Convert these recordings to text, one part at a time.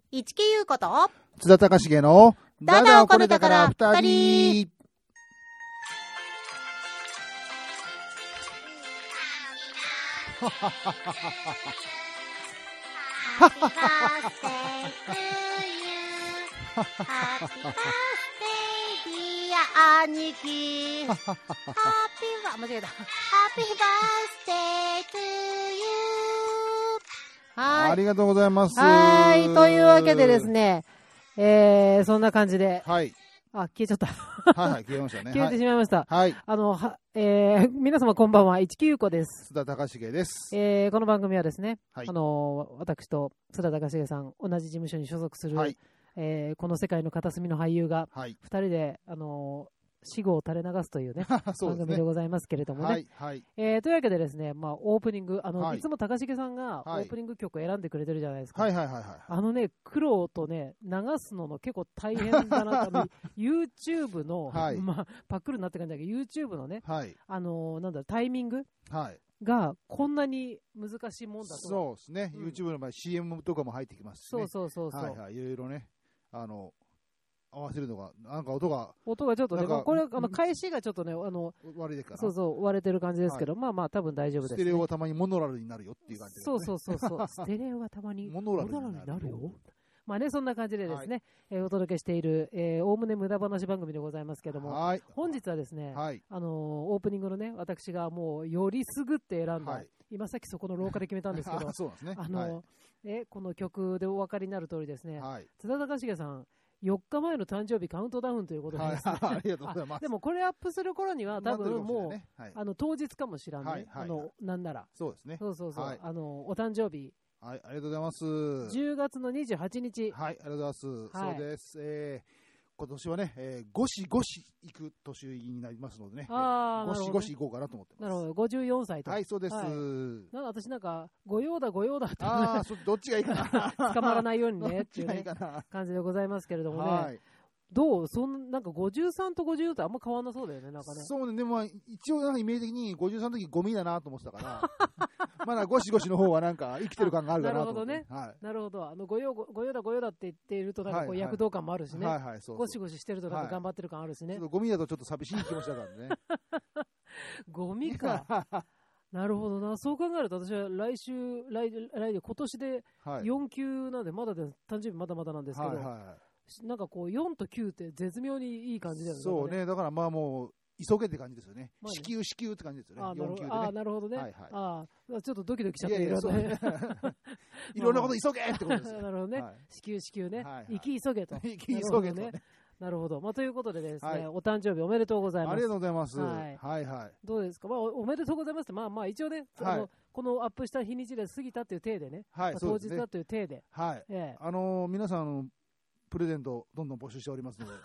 市木優子と津田隆重のだだおこねだから二人。兄貴ハッピーバ間違えたハッピーバースデートゥーユー。はい、 ありがとうございます。 はい、というわけでですね、そんな感じで、 はい、 消えちゃったはいはい、消えましたね。 消えてしまいました。 はい、 皆様こんばんは、市木優子です。 津田隆重です。 この番組はですね、 はい、 私と津田隆重さん同じ事務所に所属する、 はい、 この世界の片隅の俳優が 2 人で、死後を垂れ流すというねそうですね、 番組でございますけれどもね、 はいはい、 というわけでですね、オープニングはい、 いつも高重さんがオープニング曲を選んでくれてるじゃないですか。 はいはいはいはい、 苦労とね流すの結構大変だなとYouTube の、 はい、 パックルになって感じだけど YouTube のね、 はい、 タイミング、 はい、 がこんなに難しいもんだと。 そうですね、YouTube の場合 CM とかも入ってきますしね。 そう、 はいはい、いろいろね、合わせるのがなんか音がちょっとね、これ返しがちょっとね悪いですから、 そう割れてる感じですけど、はい、多分大丈夫です、ね。 ステレオがたまにモノラルになるよっていう感じですね。 そうステレオがたまにモノラルになるよ。 そんな感じでですね、はい、お届けしているおおむね無駄話番組でございますけども、はい、本日はですね、はい、オープニングのね、私がもうよりすぐって選んだ、はい、今さっきそこの廊下で決めたんですけどそうですね、 この曲でお分かりになる通りですね、 はい、 津田隆重さん4日前の誕生日カウントダウンということでですね、 ありがとうございます。 でもこれアップする頃には多分もう、当日かもしれない、なんならそうですね、 そう、はい、お誕生日、 はい、ありがとうございます。 10月の28日、 はい、ありがとうございます。はい、そうです。今年はね、ゴシゴシ行く年になりますのでね、ゴシゴシ行こうかなと思ってます。 なるほど、54歳と。 はい、そうです。 私なんか、御用だって。 どっちがいいかな。 捕まらないようにね、っていう感じでございますけれどもね。はい、どうなんか53と54ってあんま変わんなそうだよね、なんかね。 そうね、でも一応なんかイメージ的に53の時ゴミだなと思ってたから、まだゴシゴシの方はなんか生きてる感があるかなと思って。なるほどね。はい、 なるほど。御用だって言っているとなんかこう躍動感もあるしね。ゴシゴシしてるとなんか頑張ってる感あるしね。 ちょっとゴミだとちょっと寂しい気持ちだからね。 ゴミか。なるほどな。そう考えると私は来今年で4級なんで、まだで誕生日まだまだなんですけど、なんかこう4と9って絶妙にいい感じだよね。 そうね、だからもう急げって感じですよね。至急って感じですよね。4級でね。 なるほどね。ちょっとドキドキしちゃっていろんなこと急げってことですよ。 なるほどね。至急ね。生き急げと。 生き急げとね。 なるほど。ということでですね、お誕生日おめでとうございます。 ありがとうございます。はい。 どうですか。おめでとうございますって、一応ね、このアップした日にちで過ぎたという体でね、当日だという体で。 はい。皆さんプレゼントどんどん募集しておりますので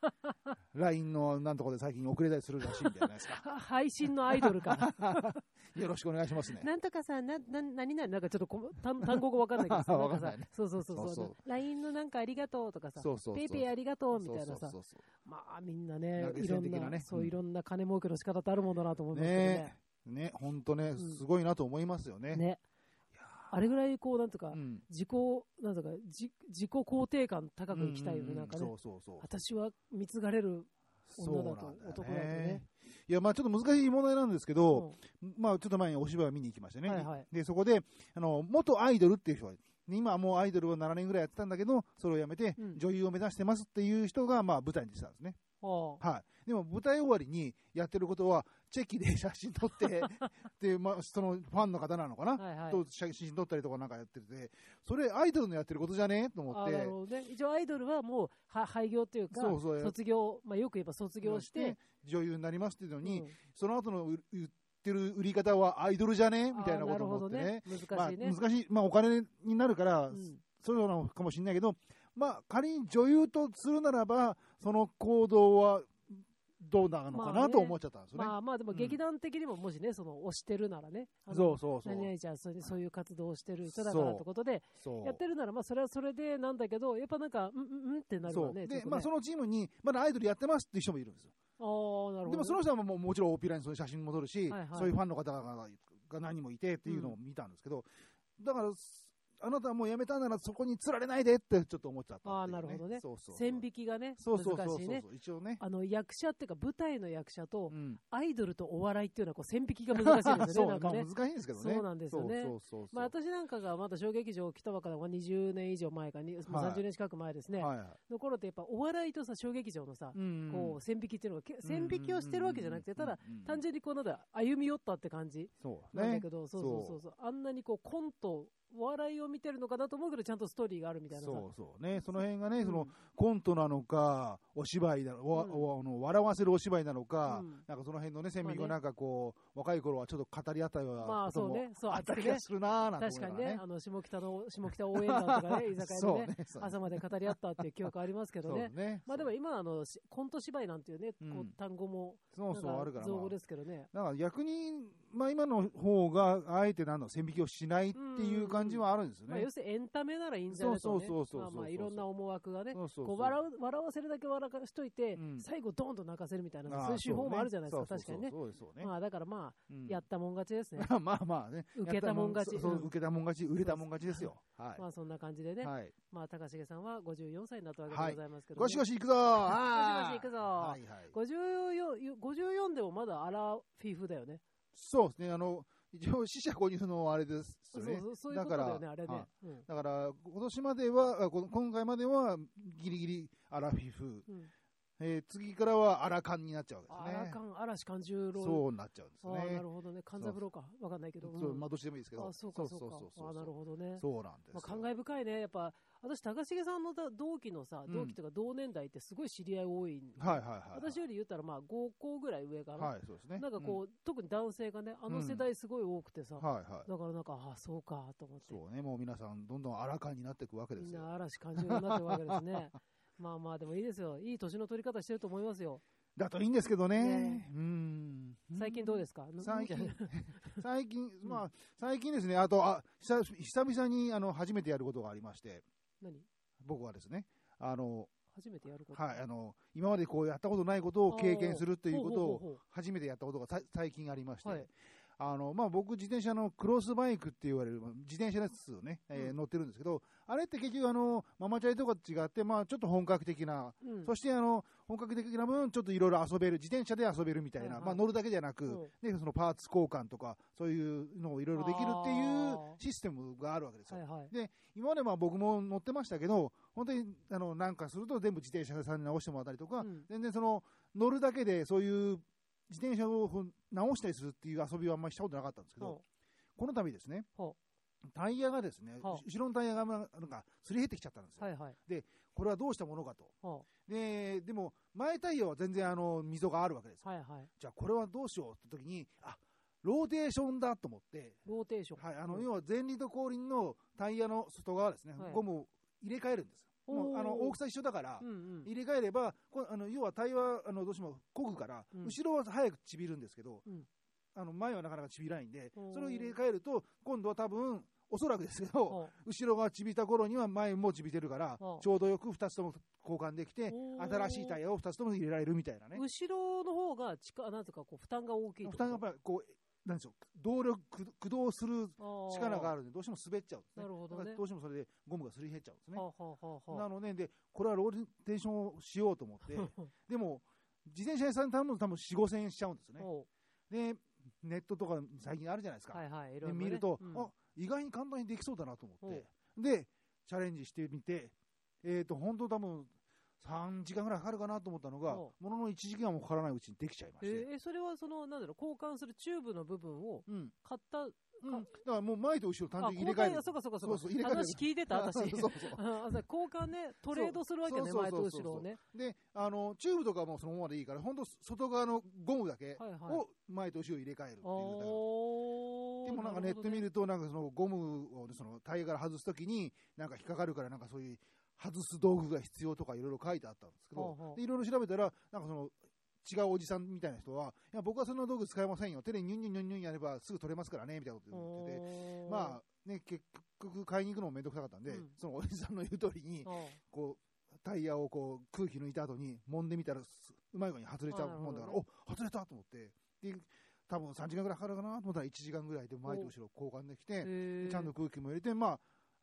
LINE のなんとかで最近遅れたりするらしいんじゃないですか。 配信のアイドルかよろしくお願いしますね。 なんとかさ何々なんかちょっと単語が分かんないけどさ分かんないね。 そう LINE のなんかありがとうとかさ、ペイペイありがとうみたいなさ、みんなねいろんなそういろんな金儲けの仕方ってあるもんだなと思いますけどね。 本当ね、すごいなと思いますよね。 あれぐらいこうなんとか自己肯定感高くいきたいよね。なんかね、私は貢がれる女だと男だとね。 いやちょっと難しい問題なんですけど、ちょっと前にお芝居を見に行きましたね。でそこで元アイドルっていう人が今はもうアイドルを7年ぐらいやってたんだけど、それをやめて女優を目指してますっていう人が舞台に出てたんですね。でも舞台終わりにやってることはチェキで写真撮ってで、そのファンの方なのかな、と写真撮ったりとかなんかやってて、それアイドルのやってることじゃねと思って。 一応アイドルはもう廃業というか卒業、よく言えば卒業して女優になりますっていうのに、その後の売ってる売り方はアイドルじゃねみたいなことを思ってね。難しい、お金になるからそういうのかもしれないけど、仮に女優とするならばその行動はどうなのかなと思っちゃったんですよね。 でも劇団的にももしね、推してるならね、何々ちゃんそういう活動をしてる人だからってことでやってるなら、それはそれでなんだけど、やっぱなんかってなるわね。 でそのチームにまだアイドルやってますっていう人もいるんですよ。でもその人はもちろん大っぴらにそういう写真も撮るし、そういうファンの方が何人もいてっていうのを見たんですけど、だからあなたはもうやめたならそこに釣られないでってちょっと思っちゃった、ね。 ああ、なるほどね。 そうそう。 線引きがね、難しいね。 一応ね。 役者っていうか舞台の役者と、アイドルとお笑いっていうのはこう線引きが難しいですよね。なんかね。 難しいんですけどね。 そうなんですよね。まあ私なんかがまだ小劇場来たばかりは20年以上前かに、30年近く前ですね。の頃ってやっぱお笑いとさ、小劇場のさ、こう線引きっていうのが、線引きをしてるわけじゃなくて、ただ単純にこうなんだ、歩み寄ったって感じなんだけど、そう。あんなにこうコント、お笑いを見てるのかなと思うけど、ちゃんとストーリーがあるみたいな。 そうね。その辺がね、そのコントなのか、お芝居だ笑わせるお芝居なのか、なんかその辺のね、線引きがなんかこう、若い頃はちょっと語り合ったようなこともあった気がするなぁなんて思いながらね。 確かにね、下北応援団とかね、居酒屋でね、朝まで語り合ったっていう記憶ありますけどね。まあでも今コント芝居なんていうね、単語も、あるから。造語ですけどね。 だから逆に、まあ今の方が、あえて線引きをしないっていう感じはあるんですよね。 要するにエンタメならいいんじゃないとね。まあいろんな思惑がね、笑わせるだけ笑かしといて、最後ドーンと泣かせるみたいな、そういう手法もあるじゃないですか、確かにね。まあだからまあ、やったもん勝ちですね。 まあね。 受けたもん勝ち。 受けたもん勝ち、売れたもん勝ちですよ。 まあそんな感じでね。まあ高重さんは54歳になったわけでございますけど。 ゴシゴシ行くぞー。ゴシゴシ行くぞー。54でもまだアラフィフだよね。 そうですね。一応、死者購入のあれですよね。 そういうことだよね、あれね。 だから、今回までは、ギリギリアラフィフ。次からはアラカンになっちゃうわけですね。 アラカン、嵐勘十郎。 そうなっちゃうんですね。 なるほどね。勘三郎か。わかんないけど。 まあ、どっちでもいいですけど。 そうか。なるほどね。 そうなんです。 感慨深いね。やっぱ、私、高重さんの同期のさ、同期というか同年代ってすごい知り合い多い。私より言ったら、まあ、5個ぐらい上かな。 はい、そうですね。 なんかこう、特に男性がね、世代すごい多くてさ。だからなんか、そうか、と思って。 そうね、もう皆さん、どんどんアラカンになっていくわけですよ。 みんな嵐勘十郎になっていくわけですね。まあまあでもいいですよ。いい年の取り方してると思いますよ。 だといいんですけどね。 最近どうですか？ 最近ですね、久々に初めてやることがありまして。 何？ 僕はですね、 初めてやること？ はい、今までこうやったことないことを経験するということを初めてやったことが最近ありまして。まあ、僕、自転車のクロスバイクって言われる、自転車のやつをね、乗ってるんですけど、あれって結局ママチャリとか違って、まあ、ちょっと本格的な、そして本格的な分、ちょっといろいろ遊べる、自転車で遊べるみたいな、まあ、乗るだけじゃなく、ね、そのパーツ交換とか、そういうのをいろいろできるっていうシステムがあるわけですよ。で、今までまあ僕も乗ってましたけど、本当に、なんかすると全部自転車屋さんに直してもらったりとか、全然乗るだけでそういう、自転車を直したりするっていう遊びはあんまりしたことなかったんですけど、この度ですね、タイヤがですね、後ろのタイヤがなんかすり減ってきちゃったんですよ。で、これはどうしたものかと。でも、前タイヤは全然溝があるわけです。じゃあこれはどうしようって時に、ローテーションだと思って、 ローテーション。 はい、要は前輪と後輪のタイヤの外側ですね、ゴムを入れ替えるんです。大きさ一緒だから、入れ替えれば、要はタイヤはどうしても漕ぐから、後ろは早くちびるんですけど、前はなかなかちびらないんで、それを入れ替えると、今度は多分、おそらくですけど、後ろがちびった頃には前もちびてるから、ちょうどよく2つとも交換できて、新しいタイヤを2つとも入れられるみたいなね。 後ろの方がなんとかこう負担が大きい。 負担がやっぱりこう、なんでしょう、駆動する力があるんで、どうしても滑っちゃうんですね。 なるほどね。 どうしてもそれでゴムがすり減っちゃうんですね。なので、これはローテーションをしようと思って、でも、自転車屋さんに頼むと多分4、5千円しちゃうんですね。で、ネットとか最近あるじゃないですか。で、見ると、意外に簡単にできそうだなと思って、で、チャレンジしてみて、本当多分、3時間ぐらいかかるかなと思ったのが、ものの1時間もかからないうちにできちゃいまして。 それはなんだろう、交換するチューブの部分を買った、 だからもう前と後ろ単純に入れ替える。 そうか。話聞いてた、私。交換ね、トレードするわけね、前と後ろをね。 で、チューブとかもそのままでいいから、本当外側のゴムだけを前と後ろ入れ替えるっていう。でもなんかネット見ると、なんかそのゴムをタイヤから外すときに、なんか引っかかるから、なんかそういう外す道具が必要とかいろいろ書いてあったんですけど、いろいろ調べたら、なんか違うおじさんみたいな人は、いや、僕はそんな道具使いませんよ。手でニュンニュンニュンニュンやればすぐ取れますからね、みたいなこと言ってて、まあね、結局買いに行くのもめんどくさかったんで、そのおじさんの言う通りに、こう、タイヤをこう空気抜いた後に揉んでみたら、うまい具に外れちゃうもんだから、外れたと思って、で、多分3時間ぐらいかかるかなと思ったら1時間ぐらいで前と後ろ交換できて、ちゃんと空気も入れて、まあ、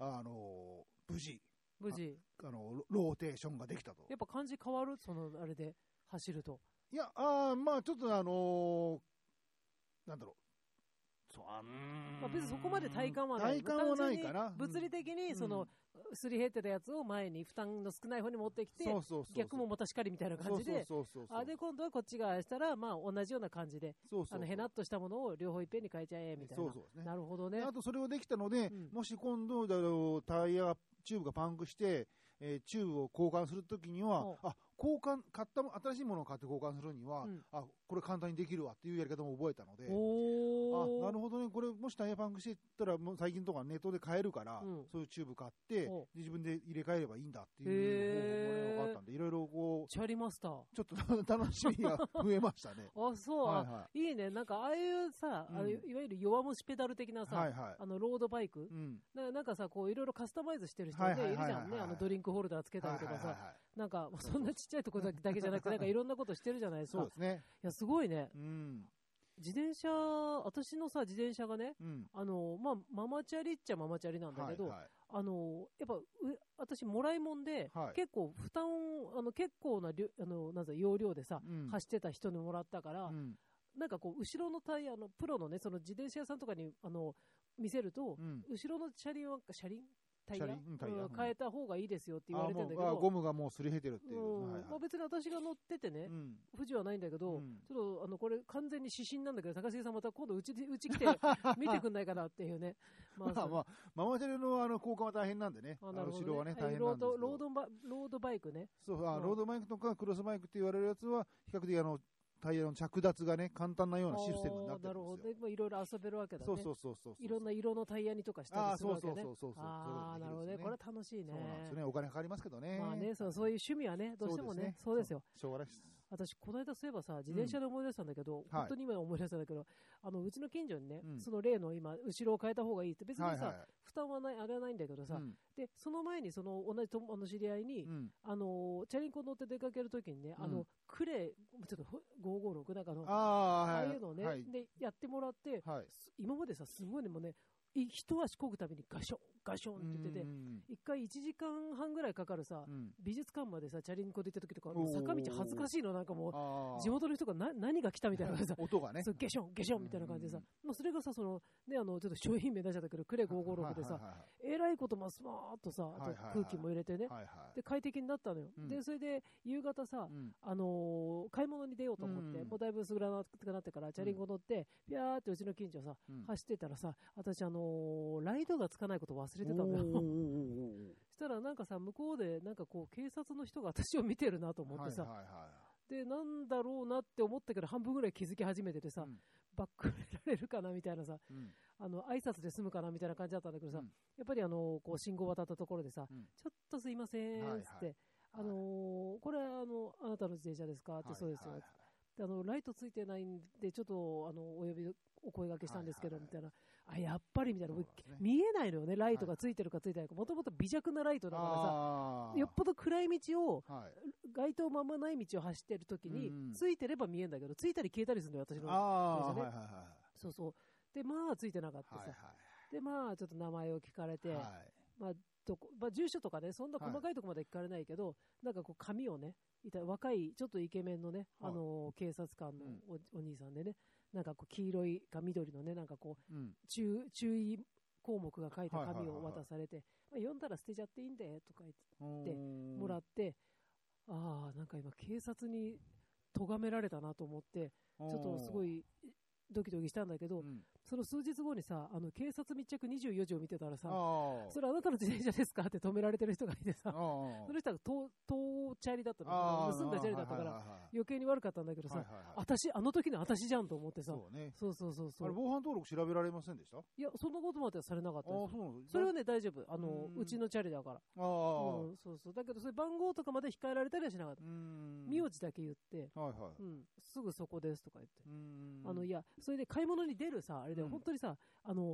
無事、 ローテーションができたと。 やっぱ感じ変わるあれで走ると。 いや、まあちょっとなんだろう。 まあ、別にそこまで体感はない。 体感はないかな。 物理的に、すり減ってたやつを前に負担の少ない方に持ってきて、逆もまたしかりみたいな感じで、で、今度はこっち側したら、まあ同じような感じで、へなっとしたものを両方いっぺんに変えちゃえ、みたいな。なるほどね。 あとそれをできたので、もし今度、タイヤ、チューブがパンクして、チューブを交換するときには、新しいものを買って交換するには、これ簡単にできるわっていうやり方も覚えたので、なるほどね、これもしタイヤパンクしてたら、もう最近とかネットで買えるから、そういうチューブ買って、自分で入れ替えればいいんだっていう方法が分かったんで、いろいろこう、 チャリマスター。 ちょっと楽しみが増えましたね。 そう、いいね。なんかああいうさ、いわゆる弱虫ペダル的なさ、ロードバイク、なんかさ、こういろいろカスタマイズしてる人でいるじゃんね。ドリンクホルダーつけたりとかさ、なんかそんなちっちゃいところだけじゃなくて、なんかいろんなことしてるじゃないですか。 そうですね。 いや、すごいね。自転車、私のさ、自転車がね、ママチャリっちゃママチャリなんだけど、やっぱ、私、もらいもんで、結構、負担を、結構な、容量でさ、走ってた人にもらったから、なんかこう、後ろのタイヤ、プロのね、その自転車屋さんとかに、見せると、後ろの車輪タイヤ変えた方がいいですよって言われてるんだけど、 ゴムがもうすり減ってるっていう。 別に私が乗っててね、不自由はないんだけど、ちょっとこれ完全に指針なんだけど、高重さんまた今度うち来て見てくんないかなっていうね。 ママチャリの交換は大変なんでね。後ろはね、大変なんですけど。 ロードバイクね。 そう、ロードバイクとかクロスバイクって言われるやつは、比較的タイヤの着脱がね、簡単なようなシステムになってるんですよ。なるほど。 で、いろいろ遊べるわけだね。 そう。 いろんな色のタイヤにとかしたりするわけね。 そう。 なるほどね。これは楽しいね。 そうなんですよね。お金かかりますけどね。 まあね、そういう趣味はね、どうしてもね、そうですよ。 しょうがないです。 私、この間そういえばさ、自転車で思い出したんだけど、本当に今思い出したんだけど、うちの近所にね、その例の今、後ろを変えた方がいいって、別にさ、負担はない、あれはないんだけどさ、で、その前に、同じ知り合いに、チャリンコ乗って出かけるときにね、クレー、ちょっと556、なんかああいうのをね、で、やってもらって、今までさ、すごいね、もうね、一足こぐたびにガション、ガションって言ってて、一回1時間半ぐらいかかるさ、美術館までさ、チャリンコで行った時とか、坂道恥ずかしいの、なんかもう、地元の人が何が来たみたいな感じでさ、 音がね。 ゲション、ゲションみたいな感じでさ、それがさ、ちょっと商品名出しちゃったけど、クレ556でさ、えらいことスマーっとさ、あと空気も入れてね、で、快適になったのよ。で、それで、夕方さ、買い物に出ようと思って、もうだいぶすぐらなくなってから、チャリンコ乗って、ピャーってうちの近所さ、走ってたらさ、私ライトがつかないこと忘れてたんだよ。そしたらなんかさ、向こうでなんかこう警察の人が私を見てるなと思ってさ、で、なんだろうなって思ったけど半分ぐらい気づき始めててさ、バックれられるかなみたいなさ、挨拶で済むかなみたいな感じだったんだけどさ、やっぱりこう信号渡ったところでさ、ちょっとすいませんっつって、これあなたの自転車ですかって、そうですよ。ライトついてないんで、ちょっとお声掛けしたんですけど、みたいな。やっぱりみたいな。見えないのよね、ライトがついてるかついてないか。もともと微弱なライトだからさ、よっぽど暗い道を、街灯ままない道を走ってる時に、ついてれば見えんだけど、ついたり消えたりするのよ、私の電車ね。そうそう。で、まあ、ついてなかったさ。で、まあ、ちょっと名前を聞かれて、住所とかね、そんな細かいところまで聞かれないけど、なんかこう、紙をね、若い、ちょっとイケメンのね、警察官のお兄さんでね、なんかこう、黄色いか緑のね、なんかこう、注意項目が書いた紙を渡されて、読んだら捨てちゃっていいんで、とか言ってもらって、なんか今、警察に咎められたなと思って、ちょっとすごい、ドキドキしたんだけど、その数日後にさ、警察密着24時を見てたらさ、それあなたの自転車ですかって止められてる人がいてさ、その人が盗チャリだったの、盗んだチャリだったから、余計に悪かったんだけどさ、あの時の私じゃんと思ってさ、そう。 あれ、防犯登録調べられませんでした？ いや、そんなことまではされなかったです。それはね、大丈夫。うちのチャリだから。そう。だけど、それ番号とかまで控えられたりはしなかった。名字だけ言って、すぐそこですとか言って。いや、それで買い物に出るさ、あれで本当にさ、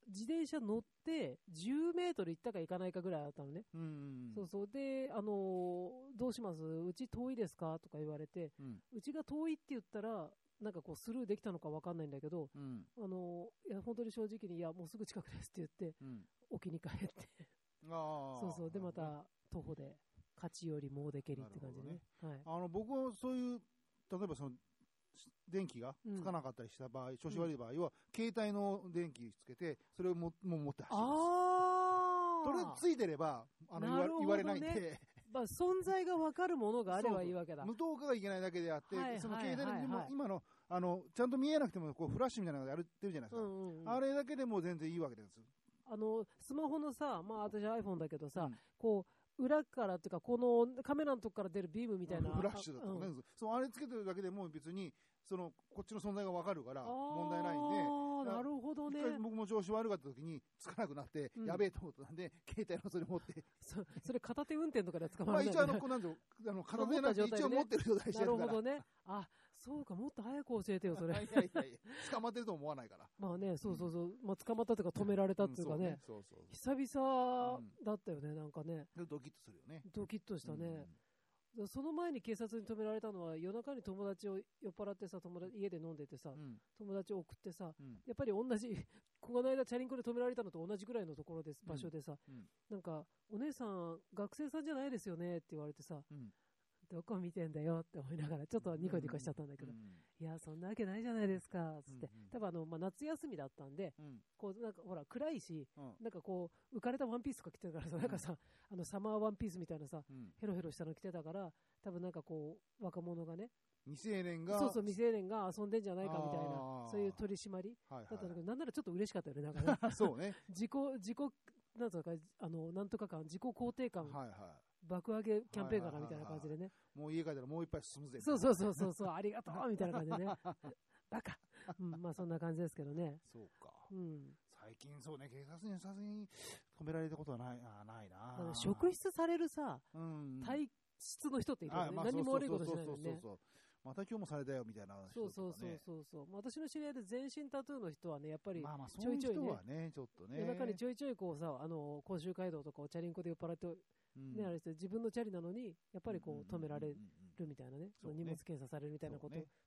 自転車乗って10メートル行ったか行かないかぐらいだったのね。そうそう。で、どうします？うち遠いですかとか言われて、うちが遠いって言ったら、なんかこうスルーできたのか分かんないんだけど、いや本当に正直に、いや、もうすぐ近くですって言って、沖に帰って。そうそう。で、また徒歩で、勝ちよりもうでけりって感じでね。 はい、僕はそういう、例えばその、電気がつかなかったりした場合、調子悪い場合は、携帯の電気つけて、それをもう持って走るんですよ。それついてれば、言われないんで。 存在が分かるものがあればいいわけだ。 無灯火がいけないだけであって、その携帯でも今の、ちゃんと見えなくても、こう、フラッシュみたいなのがやってるじゃないですか。あれだけでも全然いいわけです。 スマホのさ、まあ私 iPhone だけどさ、こう、裏からっていうか、このカメラのとこから出るビームみたいな。 フラッシュだとかね。あれつけてるだけでも別に、こっちの存在がわかるから問題ないんで。 なるほどね。 一回僕も調子悪かった時につかなくなって、やべえと思ったんで、携帯のそれ持って。 それ片手運転とかで捕まるんだよね。一応片手な一応持ってる状態してるから。 なるほどね。あ、そうか、もっと早く教えてよ、それ。いや捕まってると思わないから。 まあね、そうそうそう。まあ捕まったというか止められたっていうかね。久々だったよね、なんかね。 ドキッとするよね。 ドキッとしたね。その前に警察に止められたのは、夜中に友達を酔っ払ってさ、家で飲んでてさ、友達を送ってさ、やっぱり同じ、この間チャリンコで止められたのと同じぐらいのところです、場所でさ、なんか、お姉さん、学生さんじゃないですよねって言われてさ、どこ見てんだよって思いながら、ちょっとニコニコしちゃったんだけど、いや、そんなわけないじゃないですか、つって。多分夏休みだったんで、こう、なんかほら、暗いし、なんかこう、浮かれたワンピースとか着てるからさ、なんかさ、サマーワンピースみたいなさ、ヘロヘロしたの着てたから、多分なんかこう、若者がね、 未成年が未成年が遊んでんじゃないかみたいな、そういう取り締まりだったんだけど、なんならちょっと嬉しかったよね、なんかね。 そうね。 なんとか、なんとか感、自己肯定感。爆上げキャンペーンかなみたいな感じでね。 もう家帰ったらもう一杯進むぜ。 そう、ありがとうみたいな感じでね。バカ。まあそんな感じですけどね。 そうか。最近そうね、警察にさすがに止められたことはないな。 職質されるさ、体質の人っているよね。何も悪いことしないのにね。 また今日もされたよみたいな。 そう。私の知り合いで全身タトゥーの人はね、やっぱりちょいちょいね、ちょっとね。 夜中にちょいちょいこうさ、甲州街道とかをチャリンコで酔っ払ってね、あれ自分のチャリなのに、やっぱりこう止められるみたいなね、荷物検査されるみたいなこと、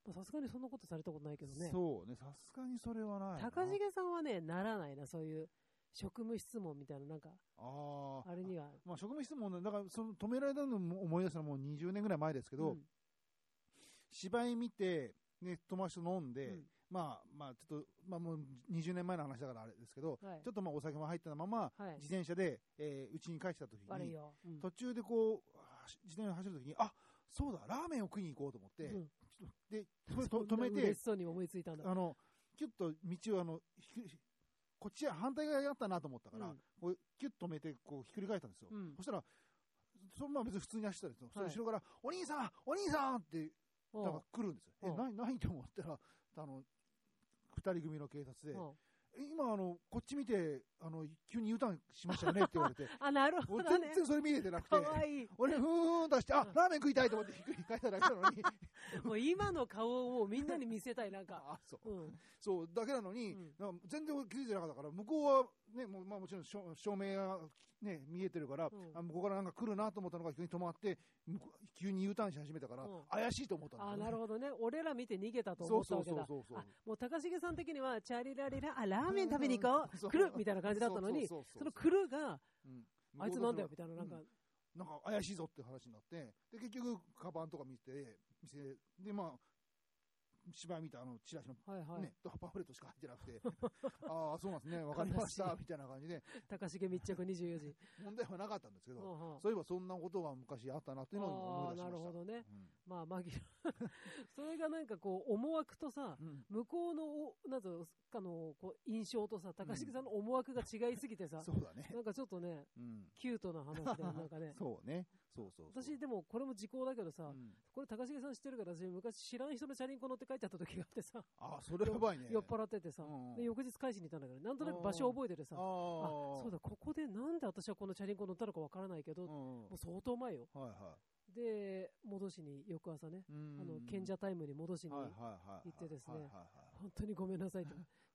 さすがにそんなことされたことないけどね。 そうね、さすがにそれはない。 高重さんはね、ならないな、そういう職務質問みたいな、なんか、あれには。 まあ、職務質問、だからその止められたのも思い出したのはもう20年ぐらい前ですけど、芝居見て、ね、友達と飲んで、まあ、ちょっと、まあもう20年前の話だからあれですけど、ちょっとまあお酒も入ったまま、自転車で、家に帰ってた時に、途中でこう、自転車走る時に、あ、そうだ、ラーメンを食いに行こうと思って、で、それ止めて、 嬉しそうに思いついたんだ。 キュッと道をこっちは反対側にあったなと思ったから、こうキュッと止めて、こうひっくり返ったんですよ。そしたら、そのまま別に普通に走ったんですよ。その後ろから、お兄さんって、なんか来るんですよ。何と思ったら、二人組の警察で、今、こっち見て、急に U ターンしましたよねって言われて。 なるほど、ね。 全然それ見えてなくて。俺、ふーんとして、ラーメン食いたいと思ってひっくり返っただけなのに。 もう今の顔をみんなに見せたい、なんか。 そう、だけなのに、全然気づいてなかったから、向こうはね、もちろん照明がね、見えてるから、向こうからなんか来るなと思ったのが急に止まって、急に U ターンし始めたから、怪しいと思ったんだよね。 なるほどね。俺ら見て逃げたと思ったわけだ。もう高重さん的には、チャリラリラ、ラーメン食べに行こう、来るみたいな感じだったのに、その来るが、あいつなんだよみたいな、なんか怪しいぞって話になって、で、結局、カバンとか見て、で、まあ、芝居見たチラシのね、パンフレットしか入ってなくて、ああ、そうなんですね、わかりました、みたいな感じで。 高重密着24時。 問題はなかったんですけど、そういえばそんなことが昔あったなっていうのを思い出しました。 なるほどね。まあ、それがなんかこう、思惑とさ、向こうの、なんかこう、印象とさ、高重さんの思惑が違いすぎてさ、 そうだね。 なんかちょっとね、キュートな話で、なんかね。 そうね。そう。 私、でもこれも時効だけどさ、これ高重さん知ってるから、私昔知らん人のチャリンコ乗って帰っちゃった時があってさ、 それやばいね。 酔っ払っててさ、で翌日返しに行ったんだけど、なんとなく場所を覚えててさ、そうだ、ここでなんで私はこのチャリンコ乗ったのかわからないけど、もう相当前よ。で、戻しに、翌朝ね、賢者タイムに戻しに行ってですね、本当にごめんなさいと。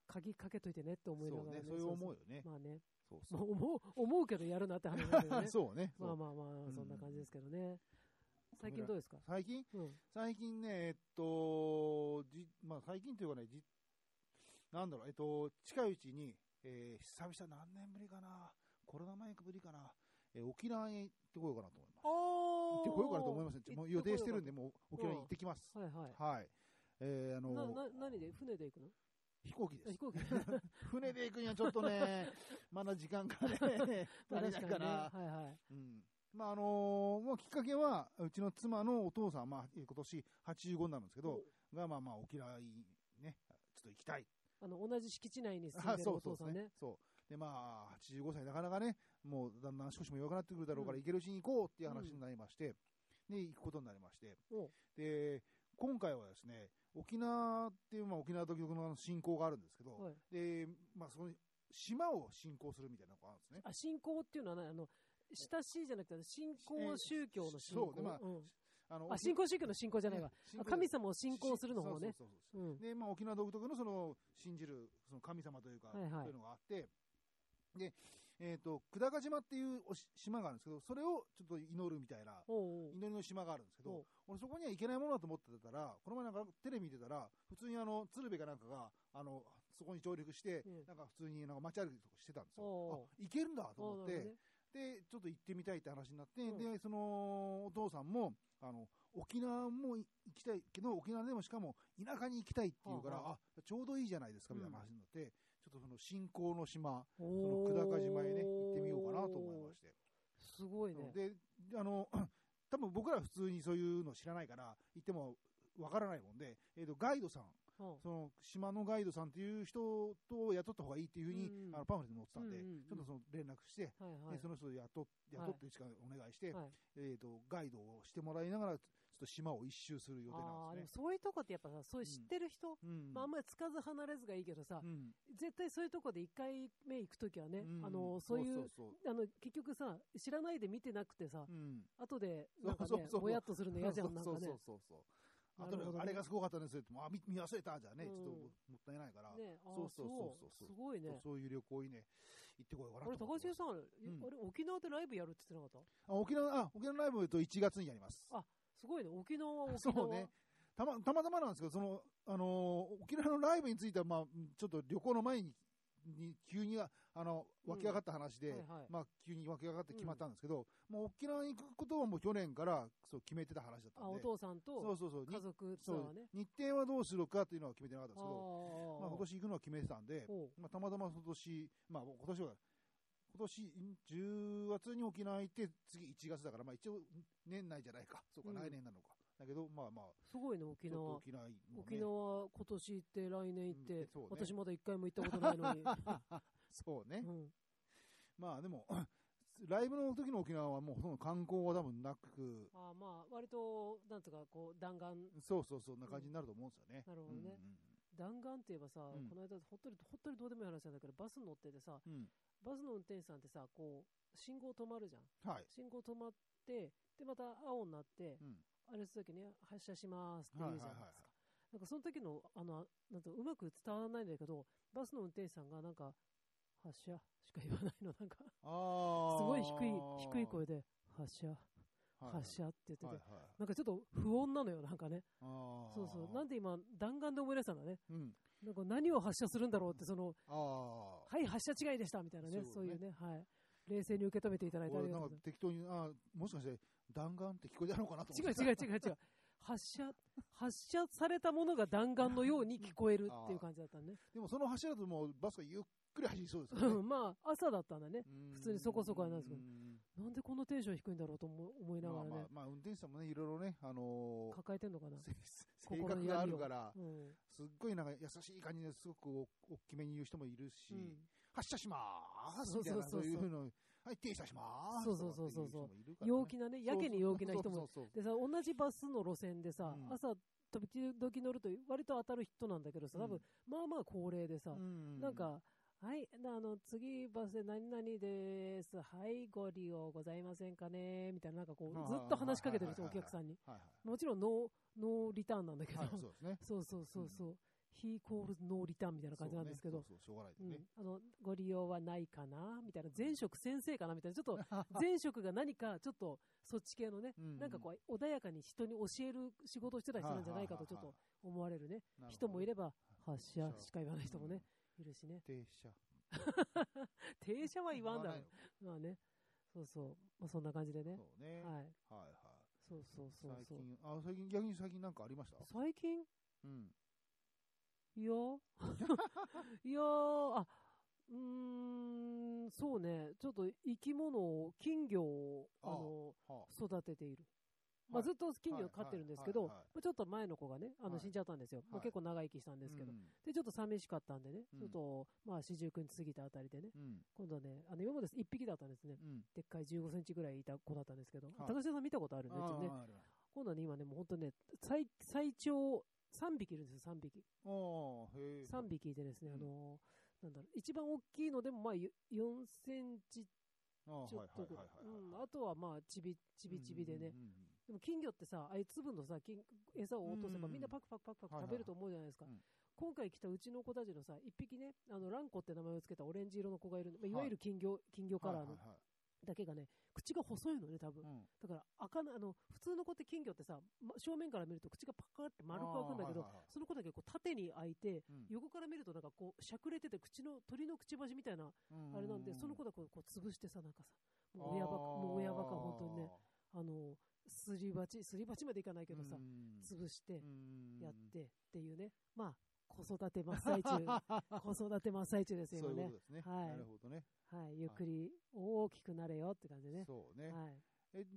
鍵かけといてねって思いながらね。 そういう思うよね。 まあね。 そう思うけどやるなって話なんだよね。 そうね。 まあ、そんな感じですけどね。最近どうですか？ 最近ね、まあ最近というかね、なんだろう、近いうちに、久々何年ぶりかな、コロナ前ぶりかな、沖縄へ行ってこようかなと思います。行ってこようかなと思いますね。もう予定してるんで、もう沖縄に行ってきます。 はいはい。 はい。 何で船で行くの？ 飛行機です。 飛行機船で行くにはちょっとね、まだ時間がね、足りないから。 はいはい。 うん。まあもうきっかけは、うちの妻のお父さん、まあ今年85になるんですけど、がまあ沖縄にね、ちょっと行きたい。 同じ敷地内に住んでるお父さんね。 そう。で、まあ、85歳なかなかね、もうだんだん少しも弱くなってくるだろうから、行けるうちに行こうっていう話になりまして、で、行くことになりまして、で、今回はですね、沖縄っていう、まあ、沖縄独特の信仰があるんですけど、で、まあ、その島を信仰するみたいなのがあるんですね。 信仰っていうのは親しいじゃなくて、信仰宗教の信仰。 そうで、まあ、信仰宗教の信仰じゃないわ。神様を信仰するの方ね。 で、まあ、沖縄独特のその信じるその神様というか、そういうのがあって、で、久高島っていう島があるんですけど、それをちょっと祈るみたいな、祈りの島があるんですけど、俺そこには行けないものだと思ってたら、この前なんかテレビ見てたら、普通に鶴瓶かなんかが、そこに上陸して、なんか普通になんか街歩きとかしてたんですよ。あ、行けるんだと思って、で、ちょっと行ってみたいって話になって、で、そのお父さんも、沖縄も行きたいけど、沖縄でもしかも田舎に行きたいって言うから、ちょうどいいじゃないですかみたいな話になって、ちょっとその信仰の島、その久高島へね、行ってみようかなと思いまして。 すごいね。 で、多分僕ら普通にそういうの知らないから、行ってもわからないもんで、ガイドさん、その島のガイドさんっていう人と雇った方がいいっていうふうに、パンフレットに載ってたんで、ちょっとその連絡して、その人を雇ってしかお願いして、ガイドをしてもらいながら、ちょっと島を一周する予定なんですね。 でもそういうとこってやっぱさ、そういう知ってる人、まああんまりつかず離れずがいいけどさ、絶対そういうとこで1回目行くときはね、そういう、結局さ、知らないで見てなくてさ、後でなんかね、ぼやっとするの嫌じゃん、なんかね。 あれがすごかったんですよって、見忘れたじゃね、ちょっともったいないから。 そうすごいね。 そういう旅行にね、行ってこようかなと。 あれ、高橋さん、あれ、沖縄でライブやるって言ってなかった？ 沖縄ライブと1月にやります。 あ、すごいね、沖縄。 そうね。たまたまなんですけど、沖縄のライブについては、まあ、ちょっと旅行の前に急に湧き上がった話で、まあ急に湧き上がって決まったんですけど、もう沖縄に行くことはもう去年からそう決めてた話だったんで。 お父さんと家族ツアーね。 日程はどうするかっていうのは決めてなかったんですけど、まあ今年行くのは決めてたんで、まあたまたま今年10月に沖縄行って次1月だから、まあ一応年内じゃないか。そうか、来年なのか。だけど、まあまあ。 すごいね、沖縄。沖縄今年行って来年行って、私まだ一回も行ったことないのに。 そうね。まあでも、ライブの時の沖縄はもうほとんど観光は多分なく。 まあ割と、なんとかこう弾丸。 そう、な感じになると思うんですよね。 なるほどね。弾丸って言えばさ、この間ほっとりどうでもいい話なんだけど、バス乗っててさ、バスの運転手さんってさ、こう、信号止まるじゃん。信号止まって、で、また青になって、あれするときに発車しますって言うじゃないですか。なんかその時の、なんとうまく伝わらないんだけど、バスの運転手さんがなんか、発車しか言わないの、なんか、すごい低い声で、発車って言ってて、なんかちょっと不穏なのよ、なんかね。そう。なんで今、弾丸で思い出したんだね。なんか何を発射するんだろうって、はい、発射違いでしたみたいなね、そういうね、はい。冷静に受け止めていただいてありがとうございます。 適当に、もしかして弾丸って聞こえたのかなと思って。違う。発射されたものが弾丸のように聞こえるっていう感じだったね。 でもその発射だともうバスがゆっくり走りそうですよね。 まあ朝だったんだね。普通にそこそこなんですけど、なんでこのテンション低いんだろうと思いながらね。 まあ運転手さんもね、いろいろね、 抱えてんのかな。 性格があるから、すっごいなんか優しい感じですごく大きめに言う人もいるし、発車しまーすみたいな、そういうの、はい、停車しまーす。 そう。陽気なね、やけに陽気な人も。でさ、同じバスの路線でさ、朝、時々乗ると割と当たる人なんだけどさ、多分、まあまあ高齢でさ、なんか、はい、次バスで何々です。はい、ご利用ございませんかねみたいな、なんかこう、ずっと話しかけてる人、お客さんに。もちろんノーリターンなんだけど。 そうですね。 そう。 he calls no return みたいな感じなんですけど、ご利用はないかなみたいな、前職先生かなみたいな、ちょっと前職が何かちょっとそっち系のね、なんかこう穏やかに人に教える仕事をしてた人なんじゃないかとちょっと思われるね、人もいれば、発車しか言わない人もね、いるしね。 停車。 停車は言わんだろう。まあね。そうそう。まあそんな感じでね。 そうね。はい。はいはい。 そうそうそう。 最近、逆に最近なんかありました？ 最近？ うん。 いやそうね。ちょっと生き物を、金魚を、育てている。まあずっと金魚を飼ってるんですけど、ちょっと前の子がね、死んじゃったんですよ。まあ結構長生きしたんですけど。で、ちょっと寂しかったんでね、ちょっと、まあ49に過ぎたあたりでね、今度はね、今まで1匹だったんですね。でっかい15センチぐらいいた子だったんですけど、高橋さん見たことあるね、今度はね、今ね、もう本当ね、最長3匹いるんですよ、3匹。3匹いてですね、なんだろう、一番大きいのでもまあ4センチちょっとぐらい。あとはまあちびでね。でも金魚ってさ、ああいう粒のさ、餌を落とせばみんなパクパク食べると思うじゃないですか。今回来たうちの子たちのさ、一匹ね、ランコって名前をつけたオレンジ色の子がいる、いわゆる金魚カラーの。だけがね、口が細いのね、多分。だから、普通の子って金魚ってさ、正面から見ると口がパカって丸く開くんだけど、その子だけこう縦に開いて、横から見るとなんかこう、しゃくれてて、鳥のくちばしみたいな、あれなんで、その子だけこう潰してさ、なんかさ、もう親バカ、本当にね、すり鉢までいかないけどさ、潰して、やってっていうね。まあ、子育て真っ最中ですよね。 そういうことですね。 はい。 なるほどね。 はい、ゆっくり大きくなれよって感じでね。 そうね。 はい。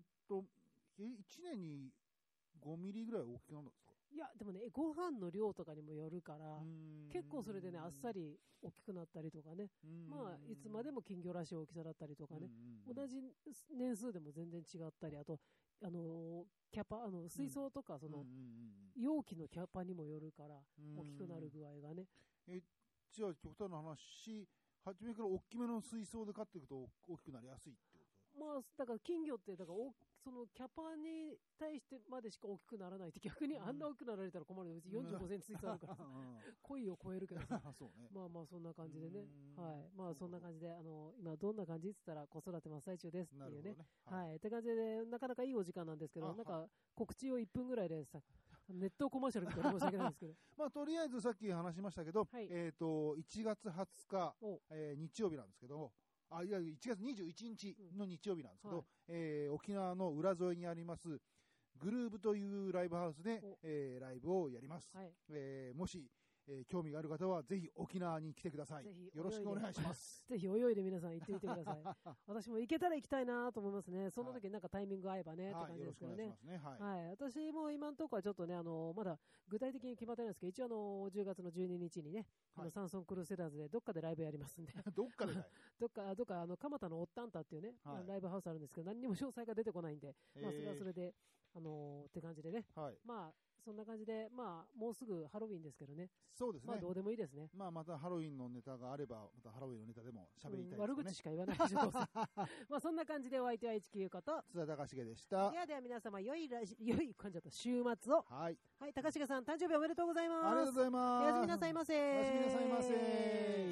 1年に5ミリぐらい大きくなるんですか？ いや、でもね、ご飯の量とかにもよるから、結構それでね、あっさり大きくなったりとかね。まあ、いつまでも金魚らしい大きさだったりとかね。同じ年数でも全然違ったり、あと、キャパ、水槽とか、容器のキャパにもよるから、大きくなる具合がね。 じゃあ、極端な話、初めから大きめの水槽で飼っていくと大きくなりやすいってこと？ まあ、だから金魚って、だからそのキャパに対してまでしか大きくならないって、逆にあんな大きくなられたら困るよ。うち45センチ水槽あるからさ、恋を超えるけどさ、まあまあそんな感じでね、はい。まあそんな感じで、今どんな感じって言ったら子育て真っ最中ですっていうね。はい。って感じで、なかなかいいお時間なんですけど、なんか告知を1分ぐらいでさ、ネットコマーシャルって申し訳ないんですけど。 まあとりあえずさっき話しましたけど、1月20日、日曜日なんですけど、いや1月21日の日曜日なんですけど、沖縄の浦添にありますグルーブというライブハウスで、ライブをやります。もし、興味がある方はぜひ沖縄に来てください。よろしくお願いします。 ぜひ泳いで皆さん行ってみてください。私も行けたら行きたいなと思いますね。その時になんかタイミング合えばね、って感じですけどね。はい。私も今のところはちょっとね、まだ具体的に決まってないんですけど、一応10月の12日にね、サンソンクルセダーズでどっかでライブやりますんで。 どっかでどっか、蒲田のオッタンタっていうね、ライブハウスあるんですけど、何にも詳細が出てこないんで、まあそれはそれで、って感じでね。まあ、そんな感じで、まあ、もうすぐハロウィンですけどね。 そうですね。 まあ、どうでもいいですね。 まあ、またハロウィンのネタがあれば、またハロウィンのネタでも喋りたいですね。 悪口しか言わないでしょ、どうせ。まあ、そんな感じでお相手は19こと。 津田隆重でした。 では皆様、良い感じだった週末を。はい。はい、高重さん、誕生日おめでとうございます。 ありがとうございます。 おやすみなさいませ。 おやすみなさいませ。